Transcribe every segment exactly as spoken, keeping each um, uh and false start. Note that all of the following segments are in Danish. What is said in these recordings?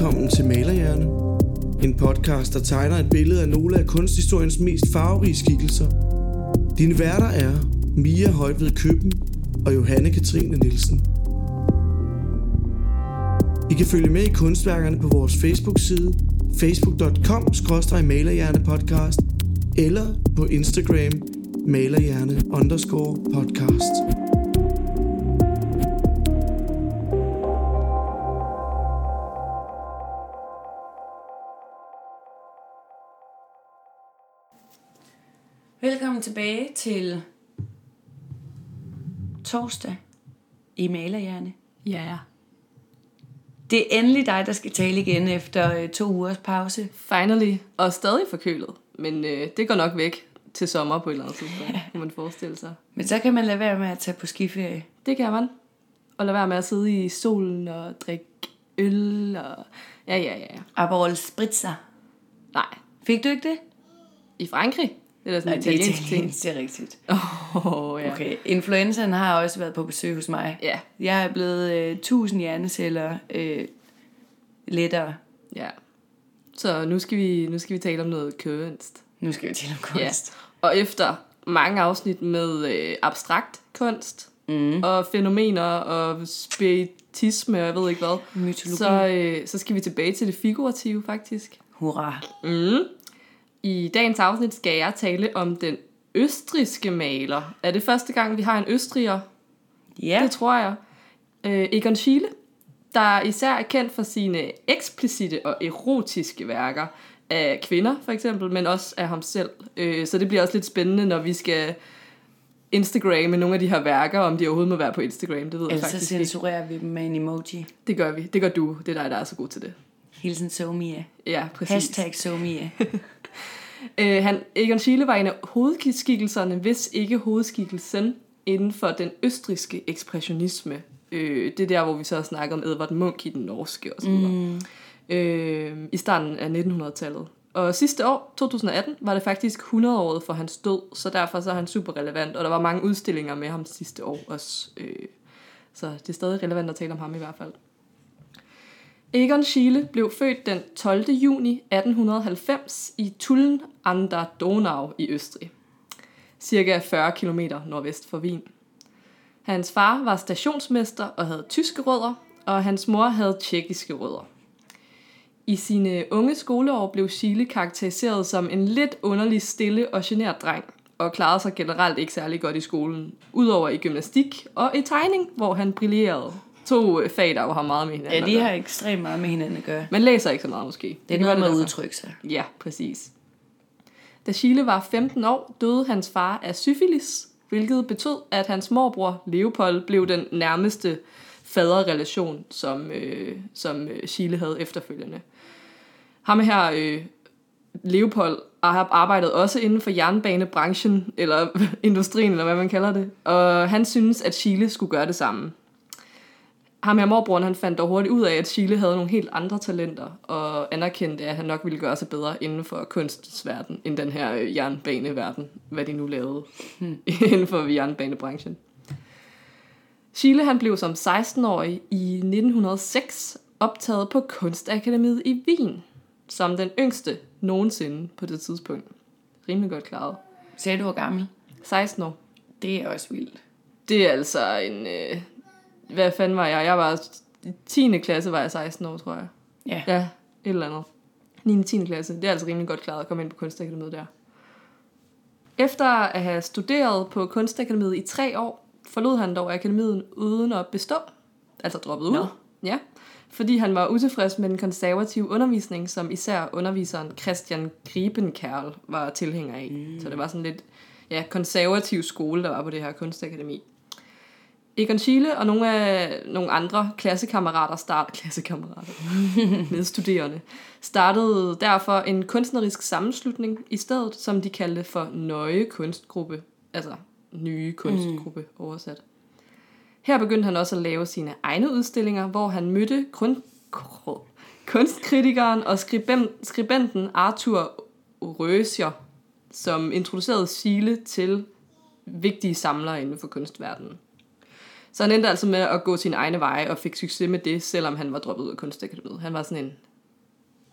velkommen til Malerhjerne. En podcast, der tegner et billede af nogle af kunsthistoriens mest farverige skikkelser. Dine værter er Mia Højtved Køben og Johanne Katrine Nielsen. I kan følge med i kunstværkerne på vores Facebook-side facebook punktum com skråstreg malerhjernepodcast eller på Instagram malerhjerne underscore podcast. Velkommen tilbage til torsdag i Malerhjerne. Ja, ja. Det er endelig dig, der skal tale igen efter øh, to ugers pause. Finally. Og stadig forkølet. Men øh, det går nok væk til sommer på et eller andet tidspunkt, kan man forestille sig. Men så kan man lade være med at tage på skiferie. Det kan man. Og lade være med at sidde i solen og drikke øl og... Ja, ja, ja. Aperol Spritzer. Nej. Fik du ikke det? I Frankrig? Det er da sådan en Nej, det er italiensk ting. italiensk, det er rigtigt. Oh, ja. Okay, influenzaen har også været på besøg hos mig. Ja. Jeg er blevet øh, tusind hjerneceller øh, lettere. Ja. Så nu skal vi, nu skal vi tale om noget kunst. Nu skal vi tale om kunst. Ja. Og efter mange afsnit med øh, abstrakt kunst mm. og fænomener og spiritisme og jeg ved ikke hvad, mytologi, så, øh, så skal vi tilbage til det figurative faktisk. Hurra. Mm. I dagens afsnit skal jeg tale om den østrigske maler. Er det første gang, vi har en østriger? Ja. Det tror jeg. Øh, Egon Schiele, der især er kendt for sine eksplicite og erotiske værker af kvinder, for eksempel, men også af ham selv. Øh, så det bliver også lidt spændende, når vi skal Instagramme nogle af de her værker, om de overhovedet må være på Instagram. Det ved jeg Ellers faktisk så censurerer vi dem med en emoji. Det gør vi. Det gør du. Det er dig, der er så god til det. Hilsen SoMia. Ja, præcis. Hashtag SoMia. Uh, han, Egon Schiele var en af hovedskikkelserne, hvis ikke hovedskikkelsen, inden for den østrigske ekspressionisme. Uh, det er der, hvor vi så har snakket om Edvard Munch i den norske og så videre. Mm. Uh, I starten af nittenhundredetallet. Og sidste år, to tusind atten, var det faktisk hundrede-året for hans død, så derfor så er han super relevant, og der var mange udstillinger med ham sidste år også. Uh, så det er stadig relevant at tale om ham i hvert fald. Egon Schiele blev født den tolvte juni atten halvfems i Tulln an der Donau i Østrig, cirka fyrre kilometer nordvest for Wien. Hans far var stationsmester og havde tyske rødder, og hans mor havde tjekkiske rødder. I sine unge skoleår blev Schiele karakteriseret som en lidt underlig, stille og genert dreng, og klarede sig generelt ikke særlig godt i skolen, udover i gymnastik og i tegning, hvor han brillerede. To fag, der jo har meget med hinanden. Ja, de har ekstremt meget med hinanden at gøre. Man læser ikke så meget måske. Det er noget med at udtrykke sig. Ja, præcis. Da Schiele var femten år, døde hans far af syfilis, hvilket betød, at hans morbror Leopold blev den nærmeste faderrelation, som, øh, som Schiele havde efterfølgende. Ham her, øh, Leopold, har arbejdet også inden for jernbanebranchen, eller industrien, eller hvad man kalder det. Og han synes, at Schiele skulle gøre det samme. Ham her morbroren, han fandt dog hurtigt ud af, at Schiele havde nogle helt andre talenter, og anerkendte, at han nok ville gøre sig bedre inden for kunstens verden, end den her øh, jernbaneverden, hvad de nu lavede hmm. inden for jernbanebranchen. Schiele, han blev som seksten-årig i nitten hundrede og seks optaget på Kunstakademiet i Wien, som den yngste nogensinde på det tidspunkt. Rimelig godt klaret. Sagde du, hvor gammel? seksten år. Det er også vildt. Det er altså en... Øh, hvad fanden var jeg? Jeg var i tiende klasse, var jeg seksten år, tror jeg. Ja. Ja, et eller andet. niende og tiende klasse. Det er altså rimelig godt klaret at komme ind på Kunstakademiet der. Efter at have studeret på Kunstakademiet i tre år, forlod han dog akademiet uden at bestå. Altså droppet ud. Nå. Ja. Fordi han var utilfreds med den konservative undervisning, som især underviseren Christian Griepenkerl var tilhænger af. Mm. Så det var sådan lidt ja, konservativ skole, der var på det her kunstakademi. Egon Schiele og nogle af nogle andre klassekammerater start klassekammerater medstuderende startede derfor en kunstnerisk sammenslutning i stedet, som de kaldte for Neue Kunstgruppe, altså nye kunstgruppe mm. oversat. Her begyndte han også at lave sine egne udstillinger, hvor han mødte grund, kunstkritikeren og skribent, skribenten Arthur Röscher, som introducerede Schiele til vigtige samlere inden for kunstverdenen. Så han endte altså med at gå sine egne veje og fik succes med det, selvom han var droppet ud af Kunstakademiet. Han var sådan en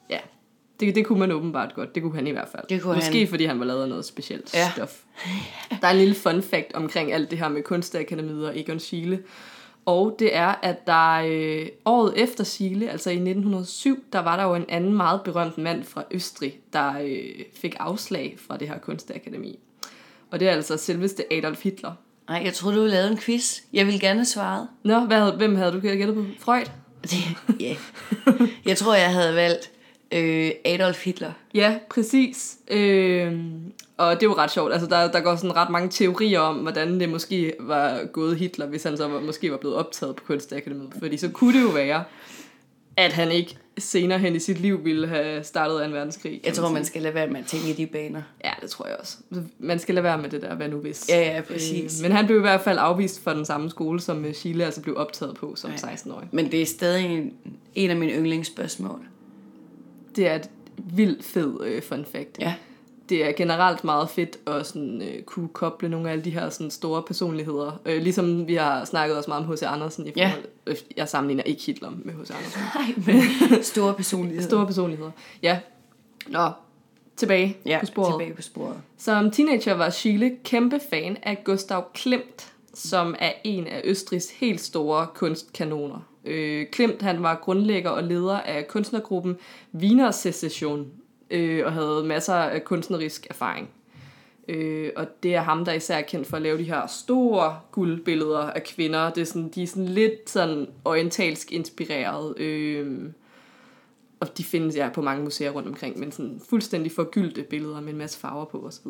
ja, det, det kunne man åbenbart godt. Det kunne han i hvert fald. Det kunne Måske han. fordi han var lavet af noget specielt Ja. stof. Der er en lille fun fact omkring alt det her med Kunstakademiet og Egon Schiele. Og det er, at der øh, året efter Schiele, altså i nitten hundrede og syv, der var der jo en anden meget berømt mand fra Østrig, der øh, fik afslag fra det her Kunstakademi. Og det er altså selveste Adolf Hitler. Nej, jeg troede, du ville lave en quiz. Jeg ville gerne have svaret. Nå, hvad havde, hvem havde du gættet på? Freud? Ja. Jeg tror, jeg havde valgt øh, Adolf Hitler. Ja, præcis. Øh, og det er jo ret sjovt. Altså, der, der går sådan ret mange teorier om, hvordan det måske var gået Hitler, hvis han så var, måske var blevet optaget på Kunstakademiet. Fordi så kunne det jo være, at han ikke senere hen i sit liv ville have startet en verdenskrig. Jeg tror, man skal lade være med at tænke i de baner. Ja, det tror jeg også. Man skal lade være med det der, hvad nu hvis. Ja, ja, præcis. Øh, men han blev i hvert fald afvist fra den samme skole, som Schiele altså blev optaget på som seksten-årig. Men det er stadig en, en af mine yndlingsspørgsmål. Det er et vildt fed øh, fun fact. Ja. Det er generelt meget fedt at sådan, øh, kunne koble nogle af alle de her sådan, store personligheder. Øh, ligesom vi har snakket også meget om H C Andersen i forhold. Ja. Øh, jeg sammenligner ikke Hitler med H C Andersen. Nej, men store personligheder. Store personligheder. Ja. Nå, tilbage ja, på sporet. tilbage på sporet. Som teenager var Schiele kæmpe fan af Gustav Klimt, som er en af Østrigs helt store kunstkanoner. Øh, Klimt, han var grundlægger og leder af kunstnergruppen Wiener Secession, øh, og havde masser af kunstnerisk erfaring. Øh, og det er ham, der især er kendt for at lave de her store guldbilleder af kvinder. Det er sådan, de er sådan lidt sådan orientalsk inspireret, øh, og de findes ja, på mange museer rundt omkring, men sådan fuldstændig forgyldte billeder med en masse farver på osv.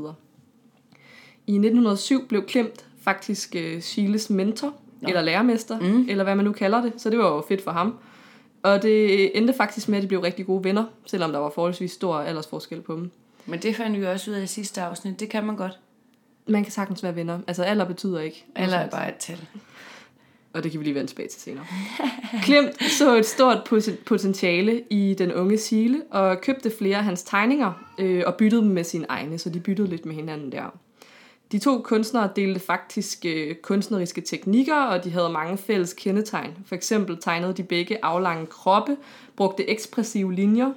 I nitten hundrede og syv blev Klimt faktisk uh, Schieles mentor, Nå. eller lærermester, mm. eller hvad man nu kalder det, så det var jo fedt for ham. Og det endte faktisk med, at de blev rigtig gode venner, selvom der var forholdsvis stor aldersforskel på dem. Men det fandt vi også ud af i sidste afsnit, det kan man godt. Man kan sagtens være venner, altså alder betyder ikke. Alder er bare et tal. Og det kan vi lige vende tilbage til senere. Klimt så et stort potentiale i den unge Schiele, og købte flere af hans tegninger, øh, og byttede dem med sine egne, så de byttede lidt med hinanden der. De to kunstnere delte faktisk øh, kunstneriske teknikker, og de havde mange fælles kendetegn. For eksempel tegnede de begge aflange kroppe, brugte ekspressive linjer,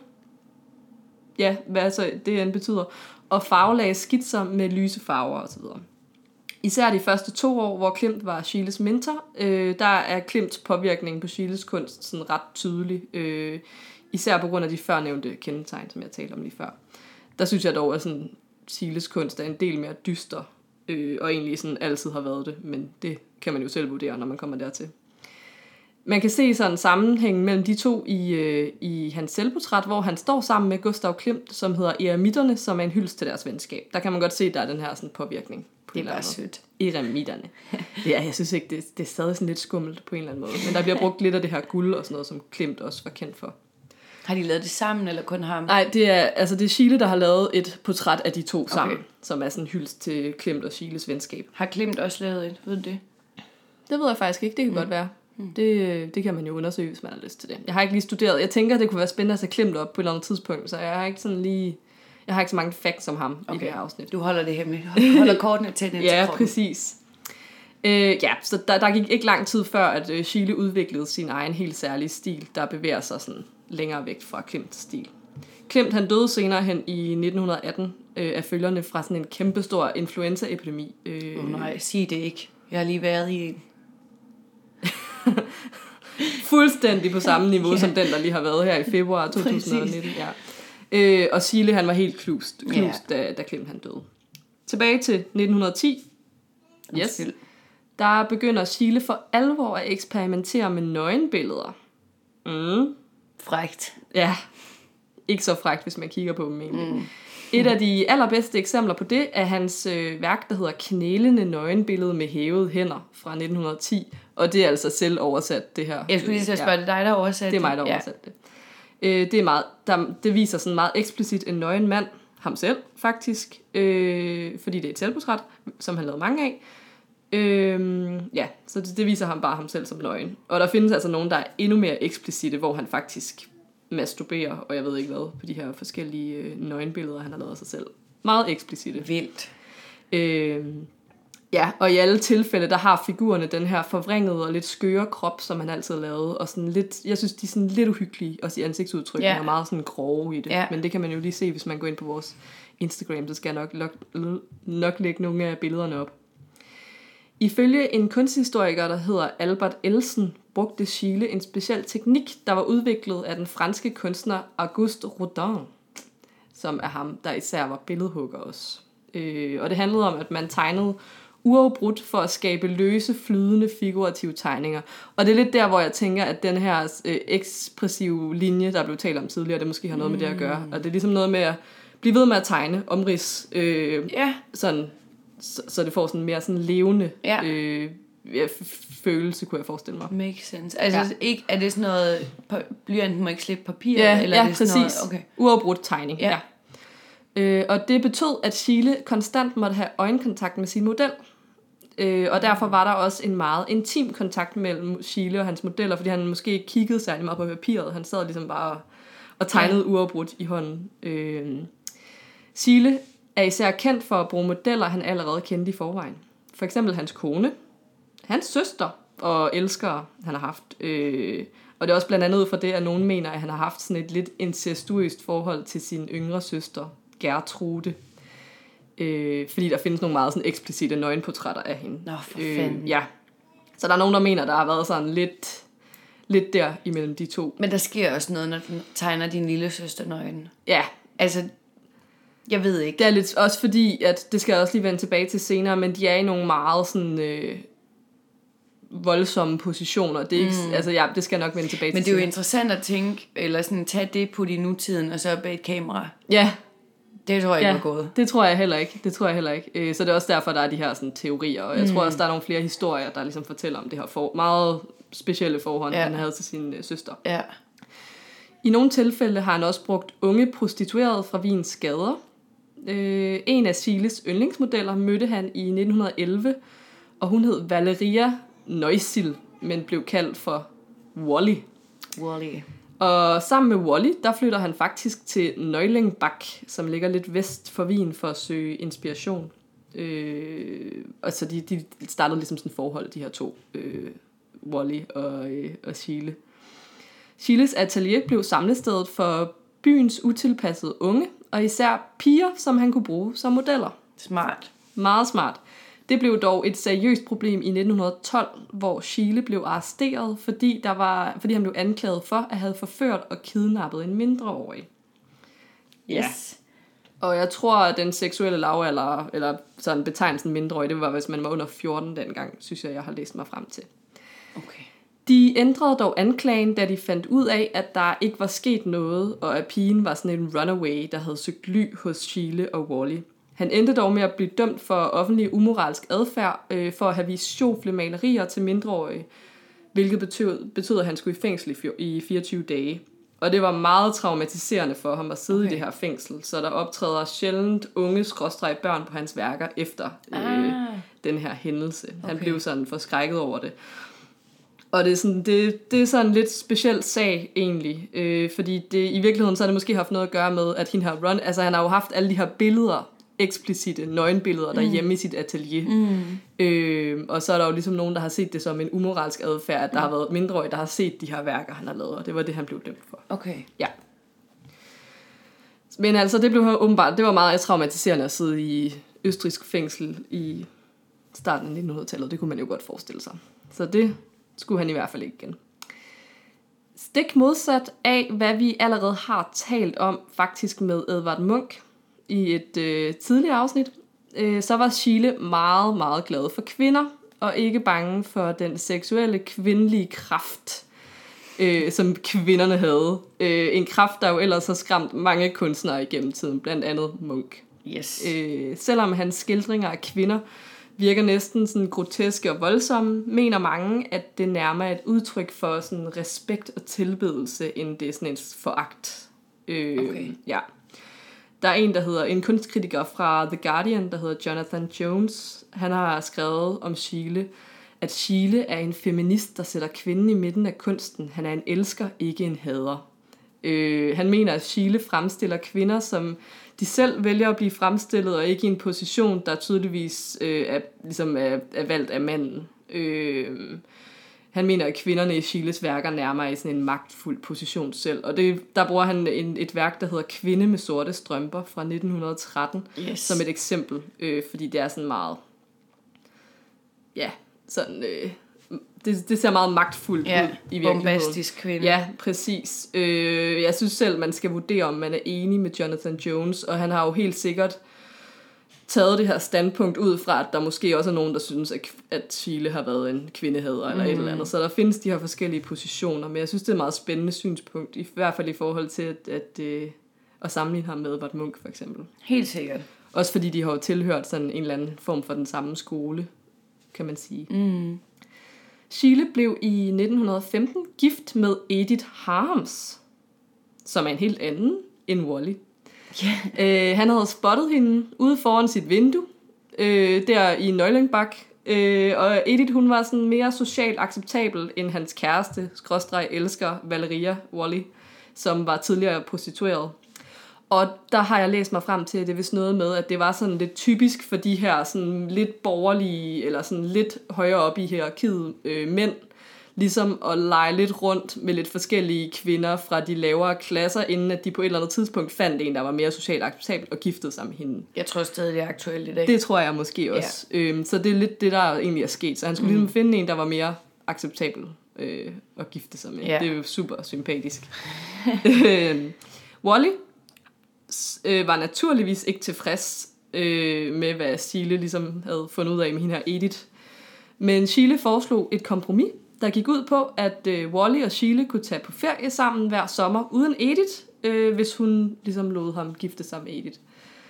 ja, hvad så det end betyder, og farvelagde skitser med lyse farver osv. Især de første to år, hvor Klimt var Schieles mentor, øh, der er Klimts påvirkning på Schieles kunst sådan ret tydelig, øh, især på grund af de førnævnte kendetegn, som jeg talte om lige før. Der synes jeg dog, at sådan, Schieles kunst er en del mere dyster, øh, og egentlig sådan altid har været det, men det kan man jo selv vurdere, når man kommer dertil. Man kan se sådan en sammenhæng mellem de to i, øh, i hans selvportræt, hvor han står sammen med Gustav Klimt, som hedder Eremitterne, som er en hyldest til deres venskab. Der kan man godt se, at der er den her sådan, påvirkning. Det er bare sødt. Eremitterne. Ja, jeg synes ikke, det, det er stadig sådan lidt skummelt på en eller anden måde. Men der bliver brugt lidt af det her guld og sådan noget, som Klimt også var kendt for. Har de lavet det sammen, eller kun ham? Nej, det er, altså det er Schiele, der har lavet et portræt af de to okay. sammen, som er sådan en hyldest til Klimt og Schieles venskab. Har Klimt også lavet et, ved du det? Det ved jeg faktisk ikke, det kan mm. godt være. Mm. Det, det kan man jo undersøge, hvis man har lyst til det. Jeg har ikke lige studeret. Jeg tænker, det kunne være spændende at se Klimt op på et eller andet tidspunkt, så jeg har ikke sådan lige... Jeg har ikke så mange facts om ham okay. i det her afsnit. Du holder det hemmeligt. Holder kortene tæt ind til ja, kroppen. præcis. Øh, ja, så der, der gik ikke lang tid før, at øh, Schiele udviklede sin egen helt særlige stil, der bevæger sig sådan længere væk fra Klimts stil. Klimt han døde senere hen i nitten atten øh, af følgerne fra sådan en kæmpestor influenzaepidemi. Øh, oh, nej, sig det ikke. Jeg har lige været i en. Fuldstændig på samme niveau yeah. som den, der lige har været her i februar to tusind nitten. Ja. Øh, og Schiele, han var helt knust, knust yeah. da, da Klimt han døde. Tilbage til nitten ti. Yes. Der begynder Schiele for alvor at eksperimentere med nøgenbilleder. Mm. Frækt. Ja, ikke så frækt, hvis man kigger på dem egentlig. Mm. Et af de allerbedste eksempler på det er hans øh, værk, der hedder Knælende nøgenbillede med hævede hænder fra nitten ti. Og det er altså selv oversat, det her. Jeg skulle lige så spørge, ja. Det er dig, der oversat det? Det er mig, der oversat ja. det. Øh, det, er meget, der, det viser sådan meget eksplicit en nøgen mand, ham selv faktisk, øh, fordi det er et selvportræt, som han lavede mange af. Øh, ja, så det, det viser ham bare ham selv som nøgen. Og der findes altså nogen, der er endnu mere eksplicite, hvor han faktisk masturberer, og jeg ved ikke hvad, på de her forskellige øh, nøgenbilleder, han har lavet af sig selv. Meget eksplicite. Vildt. Øh, Ja, og i alle tilfælde, der har figurerne den her forvrængede og lidt skøre krop, som han altid lavede, og sådan lidt, jeg synes, de er sådan lidt uhyggelige, også i ansigtsudtrykken, ja. Og meget sådan grove i det, ja. Men det kan man jo lige se, hvis man går ind på vores Instagram, så skal jeg nok, nok, nok lægge nogle af billederne op. Ifølge en kunsthistoriker, der hedder Albert Elsen, brugte Schiele en speciel teknik, der var udviklet af den franske kunstner Auguste Rodin, som er ham, der især var billedhugger også. Øh, og det handlede om, at man tegnede uafbrudt for at skabe løse, flydende, figurative tegninger. Og det er lidt der, hvor jeg tænker, at den her øh, ekspressive linje, der blev talt om tidligere, det måske har noget med det at gøre. Og det er ligesom noget med at blive ved med at tegne omrids, øh, yeah. sådan, så, så det får sådan mere sådan levende yeah. øh, ja, følelse, kunne jeg forestille mig. Makes sense. Altså, ja. ikke, er det sådan noget, blyanten må ikke slippe papir? Ja, eller ja er det sådan præcis. Noget, okay. Uafbrudt tegning, ja. ja. Øh, og det betød, at Schiele konstant måtte have øjenkontakt med sin model. Øh, og derfor var der også en meget intim kontakt mellem Schiele og hans modeller, fordi han måske ikke kiggede særlig meget på papiret. Han sad ligesom bare og tegnede ja. uafbrudt i hånden. Øh, Schiele er især kendt for at bruge modeller, han allerede kendte i forvejen. For eksempel hans kone, hans søster og elskere, han har haft. Øh, og det er også blandt andet ud fra det, at nogen mener, at han har haft sådan et lidt incestuøst forhold til sin yngre søster, Gertrude. Øh, fordi der findes nogle meget sådan eksplicite nøgenportrætter af hende. Nå, for fanden. Øh, ja. Så der er nogen, der mener, der har været sådan lidt, lidt der imellem de to. Men der sker også noget, når du tegner din lille søster nøgen. Ja. Altså, jeg ved ikke. Det er lidt også fordi, at det skal jeg også lige vende tilbage til senere, men de er i nogle meget sådan øh, voldsomme positioner. Det er ikke, mm. altså ja, det skal jeg nok vende tilbage men til. Men det er senere. jo interessant at tænke, eller sådan tage det på i nutiden, og så bag et kamera. Ja. Det tror jeg ja, ikke var gået. Det tror jeg heller ikke. Det tror jeg heller ikke. Så det er også derfor, der er de her sådan, teorier. Og jeg mm. tror også, der er nogle flere historier, der ligesom fortæller om det her for, meget specielle forhold, ja. han havde til sin øh, søster. Ja. I nogle tilfælde har han også brugt unge prostituerede fra Wiens gader. Øh, en af Schieles yndlingsmodeller mødte han i nitten elleve, og hun hed Valeria Neusil, men blev kaldt for Wally. Wally. Og sammen med Wally, der flytter han faktisk til Neulengbach, som ligger lidt vest for Wien, for at søge inspiration. Øh, og så de, de startede ligesom sådan et forhold, de her to, øh, Wally og, øh, og Schiele. Schieles atelier blev samlestedet for byens utilpassede unge, og især piger, som han kunne bruge som modeller. Smart. Meget smart. Det blev dog et seriøst problem i nitten tolv, hvor Schiele blev arresteret, fordi, der var, fordi han blev anklaget for at have forført og kidnappet en mindreårig. Yes. Ja. Og jeg tror, at den seksuelle lavalder, eller sådan betegnelsen mindreårig, det var, hvis man var under fjorten dengang, synes jeg, jeg har læst mig frem til. Okay. De ændrede dog anklagen, da de fandt ud af, at der ikke var sket noget, og at pigen var sådan en runaway, der havde søgt ly hos Schiele og Wally. Han endte dog med at blive dømt for offentlig umoralsk adfærd, øh, for at have vist sjofle malerier til mindreårige, hvilket betød, betød, at han skulle i fængsel i fireogtyve dage. Og det var meget traumatiserende for ham at sidde okay. i det her fængsel, så der optræder sjældent unge skråstreg børn på hans værker efter øh, ah. den her hændelse. Okay. Han blev sådan forskrækket over det. Og det er sådan, det, det er sådan en lidt speciel sag egentlig, øh, fordi det, i virkeligheden så har det måske haft noget at gøre med, at hende har run, altså han har jo haft alle de her billeder, eksplicite nøgenbilleder derhjemme mm. i sit atelier. Mm. Øh, og så er der jo ligesom nogen, der har set det som en umoralsk adfærd, at der mm. har været mindreårige, der har set de her værker, han har lavet, og det var det, han blev dømt for. Okay. Ja. Men altså, det blev åbenbart, det var meget traumatiserende at sidde i østrigsk fængsel i starten af nittenhundredetallet, det kunne man jo godt forestille sig. Så det skulle han i hvert fald ikke igen. Stik modsat af, hvad vi allerede har talt om, faktisk med Edvard Munch, i et øh, tidligere afsnit, øh, så var Schiele meget, meget glad for kvinder, og ikke bange for den seksuelle kvindelige kraft, øh, som kvinderne havde. Øh, en kraft, der jo ellers har skræmt mange kunstnere igennem tiden, blandt andet Munch. Yes. Øh, selvom hans skildringer af kvinder virker næsten sådan groteske og voldsomme, mener mange, at det nærmere er et udtryk for sådan respekt og tilbedelse, end det er sådan en foragt. Øh, okay. Ja. Der er en, der hedder, en kunstkritiker fra The Guardian, der hedder Jonathan Jones. Han har skrevet om Schiele, at Schiele er en feminist, der sætter kvinden i midten af kunsten. Han er en elsker, ikke en hader. Øh, han mener, at Schiele fremstiller kvinder som de selv vælger at blive fremstillet, og ikke i en position, der tydeligvis øh, er, ligesom er, er valgt af manden. Øh, han mener, at kvinderne i Schiles værker nærmer i sådan en magtfuld position selv. Og det, der bruger han en, et værk, der hedder Kvinde med sorte strømper fra nitten tretten, yes. som et eksempel. Øh, fordi det er sådan meget... Ja, sådan... Øh, det, det ser meget magtfuldt ja, ud i virkeligheden. Bombastisk kvinde. Ja, præcis. Øh, jeg synes selv, man skal vurdere, om man er enig med Jonathan Jones, og han har jo helt sikkert taget det her standpunkt ud fra, at der måske også er nogen, der synes, at, at Schiele har været en kvindehader eller mm. et eller andet. Så der findes de her forskellige positioner, men jeg synes, det er et meget spændende synspunkt, i hvert fald i forhold til at, at, at, at sammenligne ham med Edvard Munch for eksempel. Helt sikkert. Også fordi de har jo tilhørt sådan en eller anden form for den samme skole, kan man sige. Mm. Schiele blev i nitten femten gift med Edith Harms, som er en helt anden end Wally. Yeah. Øh, han havde spottet hende ude foran sit vindue, øh, der i Neulenbach, øh, og Edith, hun var sådan mere socialt acceptabel end hans kæreste, skråstreg elsker Valeria Wally, som var tidligere prostitueret. Og der har jeg læst mig frem til, at det er vist noget med, at det var sådan lidt typisk for de her sådan lidt borgerlige, eller sådan lidt højere op i hierarkiet øh, mænd, ligesom at lege lidt rundt med lidt forskellige kvinder fra de lavere klasser, inden at de på et eller andet tidspunkt fandt en, der var mere socialt acceptabel og giftede sig med hende. Jeg tror stadig, det er aktuelt i dag. Det tror jeg måske også. Ja. Øhm, så det er lidt det, der egentlig er sket. Så han skulle mm. ligesom finde en, der var mere acceptabel øh, at gifte sig med. Ja. Det er jo super sympatisk. øhm, Wally øh, var naturligvis ikke tilfreds øh, med, hvad Schiele ligesom havde fundet ud af med hende her Edith. Men Schiele foreslog et kompromis, der gik ud på, at øh, Wally og Schiele kunne tage på ferie sammen hver sommer uden Edith, øh, hvis hun ligesom lod ham gifte sig med Edith.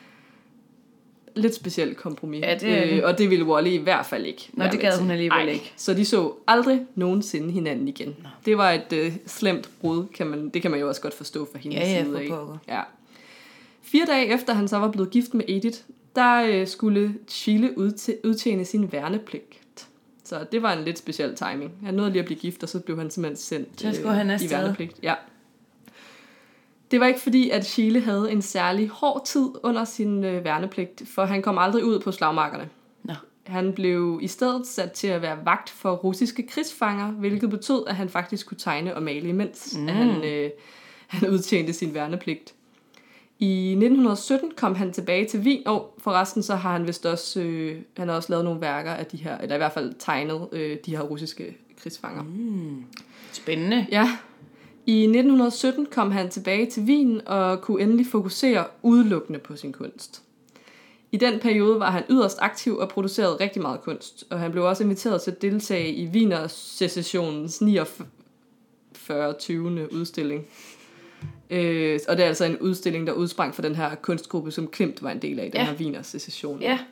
Lidt specielt kompromis. Ja, det øh, og det ville Wally i hvert fald ikke. Nå, det gad hun alligevel ikke. Så de så aldrig nogensinde hinanden igen. Nå. Det var et øh, slemt brud, kan man, det kan man jo også godt forstå fra hendes ja, ja, side af. For ja. Fire dage efter han så var blevet gift med Edith, der øh, skulle Schiele udtjene sin værnepligt. Så det var en lidt speciel timing. Han nåede lige at blive gift, og så blev han simpelthen sendt øh, han i værnepligt. Ja. Det var ikke fordi, at Schiele havde en særlig hård tid under sin øh, værnepligt, for han kom aldrig ud på slagmarkerne. Nå. Han blev i stedet sat til at være vagt for russiske krigsfanger, hvilket betød, at han faktisk kunne tegne og male imens, mm. at han, øh, han udtjente sin værnepligt. I nitten sytten kom han tilbage til Wien, og forresten så har han vist også, øh, han har også lavet nogle værker af de her, eller i hvert fald tegnet øh, de her russiske krigsfanger. Mm. Spændende. Ja. I nitten sytten kom han tilbage til Wien og kunne endelig fokusere udelukkende på sin kunst. I den periode var han yderst aktiv og producerede rigtig meget kunst, og han blev også inviteret til at deltage i Wiener Secessionens niogfyrre tyvende udstilling. Øh, og det er altså en udstilling, der udsprang fra den her kunstgruppe, som Klimt var en del af, den ja. her Wiener Secession. Ja.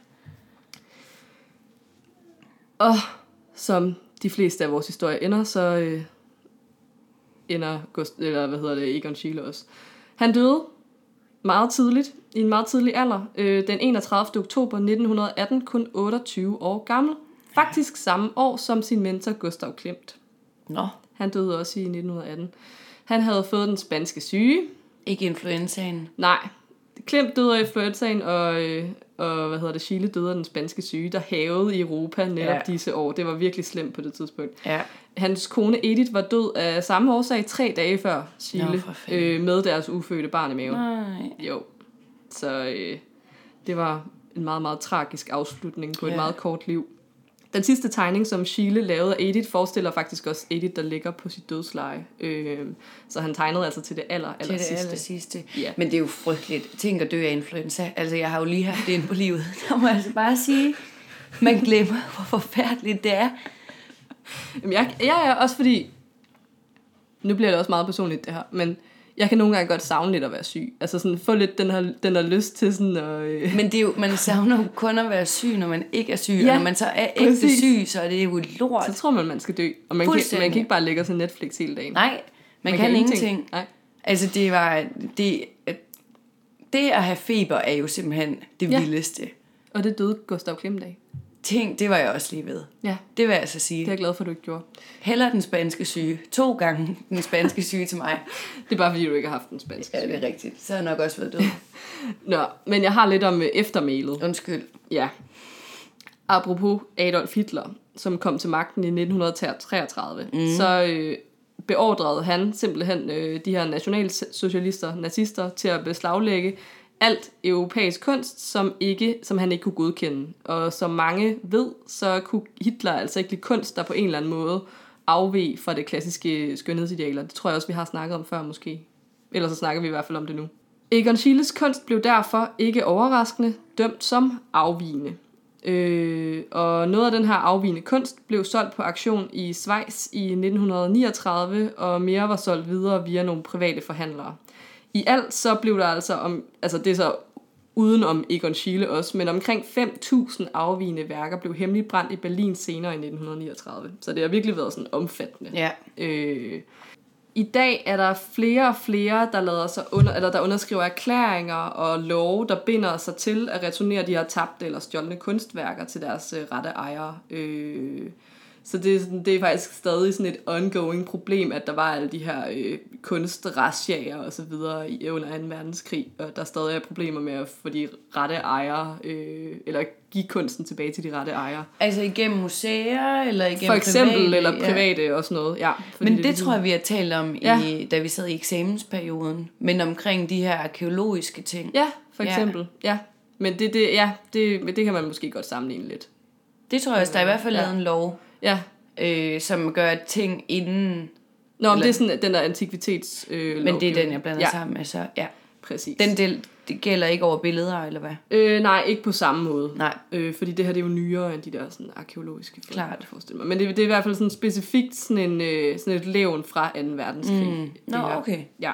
Og som de fleste af vores historier ender, så øh, ender Gust- eller hvad hedder det, Egon Schiele også. Han døde meget tidligt, i en meget tidlig alder, øh, den enogtredivte oktober nitten atten, kun otteogtyve år gammel. Faktisk samme år som sin mentor Gustav Klimt. Nå. Han døde også i nitten atten. Han havde fået den spanske syge. Ikke influenzaen. Nej. Klimt døde af influenzaen, og, øh, og hvad hedder det, Schiele døde af den spanske syge, der havede i Europa netop ja. disse år. Det var virkelig slemt på det tidspunkt. Ja. Hans kone Edith var død af samme årsag tre dage før Schiele, øh, med deres ufødte barn i maven. Nej. Jo. Så øh, det var en meget, meget tragisk afslutning på ja. et meget kort liv. Den sidste tegning, som Schiele lavede af Edith, forestiller faktisk også Edith, der ligger på sit dødsleje. Øh, så han tegnede altså til det aller, aller til det sidste. aller sidste. Ja. Men det er jo frygteligt. Tænk at dø af influenza. Altså, jeg har jo lige haft det inde på livet. Der må jeg altså bare sige, man glemmer, hvor forfærdeligt det er. Jamen, jeg, jeg er også fordi, nu bliver det også meget personligt det her, men jeg kan nogle gange godt savne lidt at være syg. Altså sådan få lidt den her, den der lyst til sådan at... Øh... Men det er jo, man savner jo kun at være syg, når man ikke er syg. Ja, og når man så er ægte præcis. syg, så er det jo lort. Så tror man, man skal dø. Og man kan, man kan ikke bare ligge og se Netflix hele dagen. Nej, man, man kan, kan ingenting. ingenting. Nej. Altså det var... Det, det at have feber er jo simpelthen det ja. vildeste. Og det døde Gustav Klimt af. Tænk, det var jeg også lige ved. Ja. Det vil jeg altså sige. Det er jeg glad for, du ikke gjorde. Heller den spanske syge. To gange den spanske syge til mig. Det er bare, fordi du ikke har haft den spanske Ja, syge. det er rigtigt. Så har jeg nok også været død. Nå, men jeg har lidt om eftermælet. Undskyld. Ja. Apropos Adolf Hitler, som kom til magten i nitten treogtredive, mm. så øh, beordrede han simpelthen øh, de her nationalsocialister, nazister, til at beslaglægge alt europæisk kunst, som, ikke, som han ikke kunne godkende. Og som mange ved, så kunne Hitler altså ikke lide kunst, der på en eller anden måde afveg fra det klassiske skønhedsidealer. Det tror jeg også, vi har snakket om før måske. Ellers så snakker vi i hvert fald om det nu. Egon Schiles kunst blev derfor ikke overraskende dømt som afvigende. Øh, og noget af den her afvigende kunst blev solgt på auktion i Schweiz i nitten niogtredive, og mere var solgt videre via nogle private forhandlere. I alt så blev der altså, om, altså det er så uden om Egon Schiele også, men omkring fem tusind afvigende værker blev hemmeligt brændt i Berlin senere i nitten niogtredive. Så det har virkelig været sådan omfattende. Ja. Øh, I dag er der flere og flere, der, lader sig under, eller der underskriver erklæringer og love, der binder sig til at returnere de her tabte eller stjålne kunstværker til deres øh, rette ejere. Øh, så det er, sådan, det er faktisk stadig sådan et ongoing problem, at der var alle de her øh, kunstrasjager og så videre i, under anden verdenskrig, og der stadig er problemer med at få de rette ejere, øh, eller give kunsten tilbage til de rette ejere. Altså igennem museer, eller igennem For eksempel, private, eller private ja. Og sådan noget. Ja, men det, det tror jeg, vi har talt om, ja. i, da vi sad i eksamensperioden, men omkring de her arkeologiske ting. Ja, for eksempel. Ja. Ja. Men det, det, ja, det, det kan man måske godt sammenligne lidt. Det tror jeg også, der er i hvert fald ja. lavet en lov, ja. øh, som gør ting inden... Nå, men det er sådan den der antikvitets øh, Men det er den, jeg blander ja. sammen med, så ja. Præcis. Den del, det gælder ikke over billeder, eller hvad? Øh, nej, ikke på samme måde. Nej. Øh, fordi det her, det er jo nyere end de der sådan arkeologiske film. Klart. Forestille mig. Men det, det er i hvert fald sådan specifikt sådan, en, øh, sådan et levn fra anden verdenskrig. Mm. Nå, okay. Ja.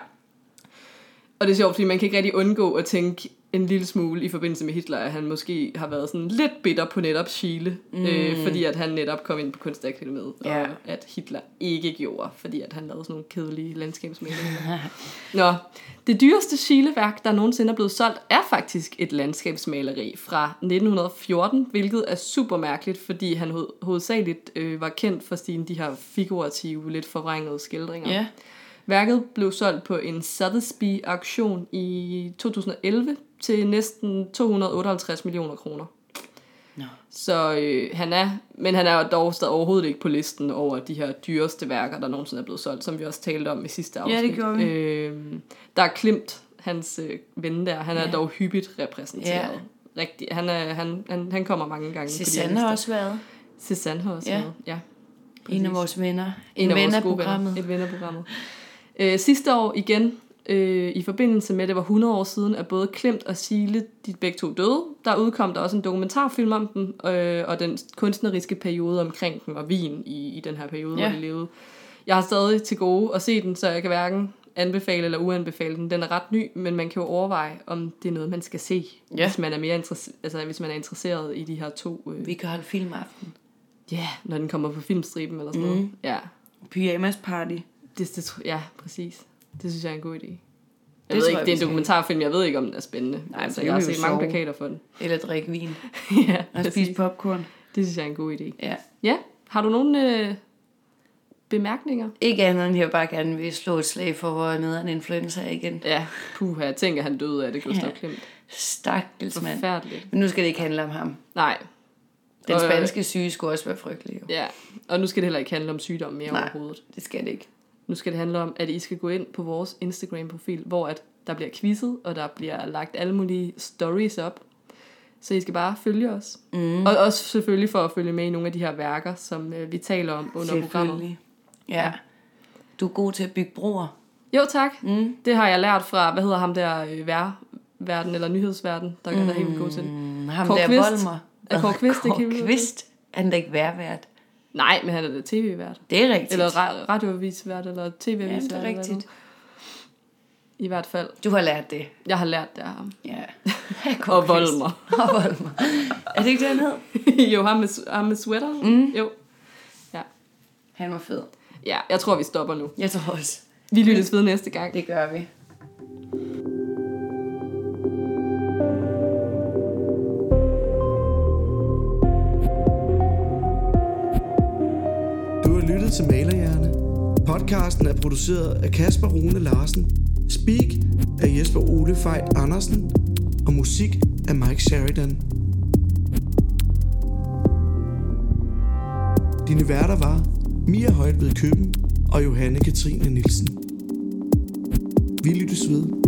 Og det er sjovt, fordi man kan ikke rigtig undgå at tænke en lille smule i forbindelse med Hitler, at han måske har været sådan lidt bitter på netop Schiele, mm. øh, fordi at han netop kom ind på Kunstakademiet, ja. Og at Hitler ikke gjorde, fordi at han lavede sådan nogle kedelige landskabsmalerier. Nå, det dyreste Schiele-værk, der nogensinde er blevet solgt, er faktisk et landskabsmaleri fra nitten fjorten, hvilket er super mærkeligt, fordi han hoved, hovedsageligt øh, var kendt for sine de her figurative, lidt forvrængede skildringer. Ja. Værket blev solgt på en Sotheby's-auktion i to tusind og elleve til næsten to hundrede og otteoghalvtreds millioner kroner. No. Så øh, han er, men han er dog stadig overhovedet ikke på listen over de her dyreste værker, der nogensinde er blevet solgt, som vi også talte om i sidste afsnit. Ja, det gjorde vi. Øh, der er Klimt, hans øh, ven der, han er ja. dog hyppigt repræsenteret. Ja. Rigtig, han, er, han, han, han kommer mange gange. Cézanne har også været. Cézanne har også ja. været, ja. Præcis. En af vores venner. En, en ven af programmet. Et ven af programmet. Øh, sidste år igen, øh, i forbindelse med, det var hundrede år siden, at både Klimt og Schiele, de begge to døde. Der udkom der også en dokumentarfilm om dem, øh, og den kunstneriske periode omkring dem, og Wien i, i den her periode, ja. Hvor de levede. Jeg har stadig til gode at se den, så jeg kan hverken anbefale eller uanbefale den. Den er ret ny, men man kan jo overveje, om det er noget, man skal se, ja. hvis, man er mere interesse- altså, hvis man er interesseret i de her to. Øh... Vi kan holde filmaften. Ja, yeah, når den kommer på filmstriben eller sådan mm. noget. Ja. Pyjamas party. Det, det, ja, præcis. Det synes jeg er en god idé. Jeg det ved ikke, det er en dokumentarfilm, jeg ved ikke, om den er spændende. Nej, altså, jeg har set mange plakater for den. Eller drikke vin. ja, og spise popcorn. Det synes jeg er en god idé. Ja. Ja, har du nogle øh, bemærkninger? Ikke andet end jeg bare gerne vil slå et slag for, hvor nede en influenza igen. Ja, puh, jeg tænker, han døde af det, Gustav ja. Klimt. Stakkels mand. Forfærdeligt. Men nu skal det ikke handle om ham. Nej. Den spanske syge skulle også være frygtelig. Jo. Ja, og nu skal det heller ikke handle om sygdom mere Nej, overhovedet. det skal det ikke. Nu skal det handle om, at I skal gå ind på vores Instagram-profil, hvor at der bliver quizzet, og der bliver lagt alle mulige stories op. Så I skal bare følge os. Mm. Og også selvfølgelig for at følge med i nogle af de her værker, som øh, vi taler om under programmet. Ja. ja. Du er god til at bygge broer. Jo, tak. Mm. Det har jeg lært fra, hvad hedder ham der, øh, vær, verden, eller nyhedsverden, der, mm. der er helt god til. Ham Kåre der Kvist. Volmer. Er Kåre Kvist, det kan vi Kvist? Er han da ikke værvært? Nej, men han er da tv-vært. Det er rigtigt. Eller ra- radioavisvært, eller tv-avisvært. Ja, det er rigtigt. I hvert fald. Du har lært det. Jeg har lært det af ham. Ja. Og Volmer. Og Volmer. Er det ikke det, han hed? jo, ham med, ham med sweater. Mm. Jo. Ja. Han var fed. Ja, jeg tror, vi stopper nu. Jeg tror også. Vi lyttes ved næste gang. Det gør vi. lyttet til Malerhjerne. Podcasten er produceret af Kasper Rune Larsen, Speak af Jesper Ole Fejt Andersen og musik af Mike Sheridan. Dine værter var Mia Højtved Køben og Johanne Katrine Nielsen. Vi lyttes ved.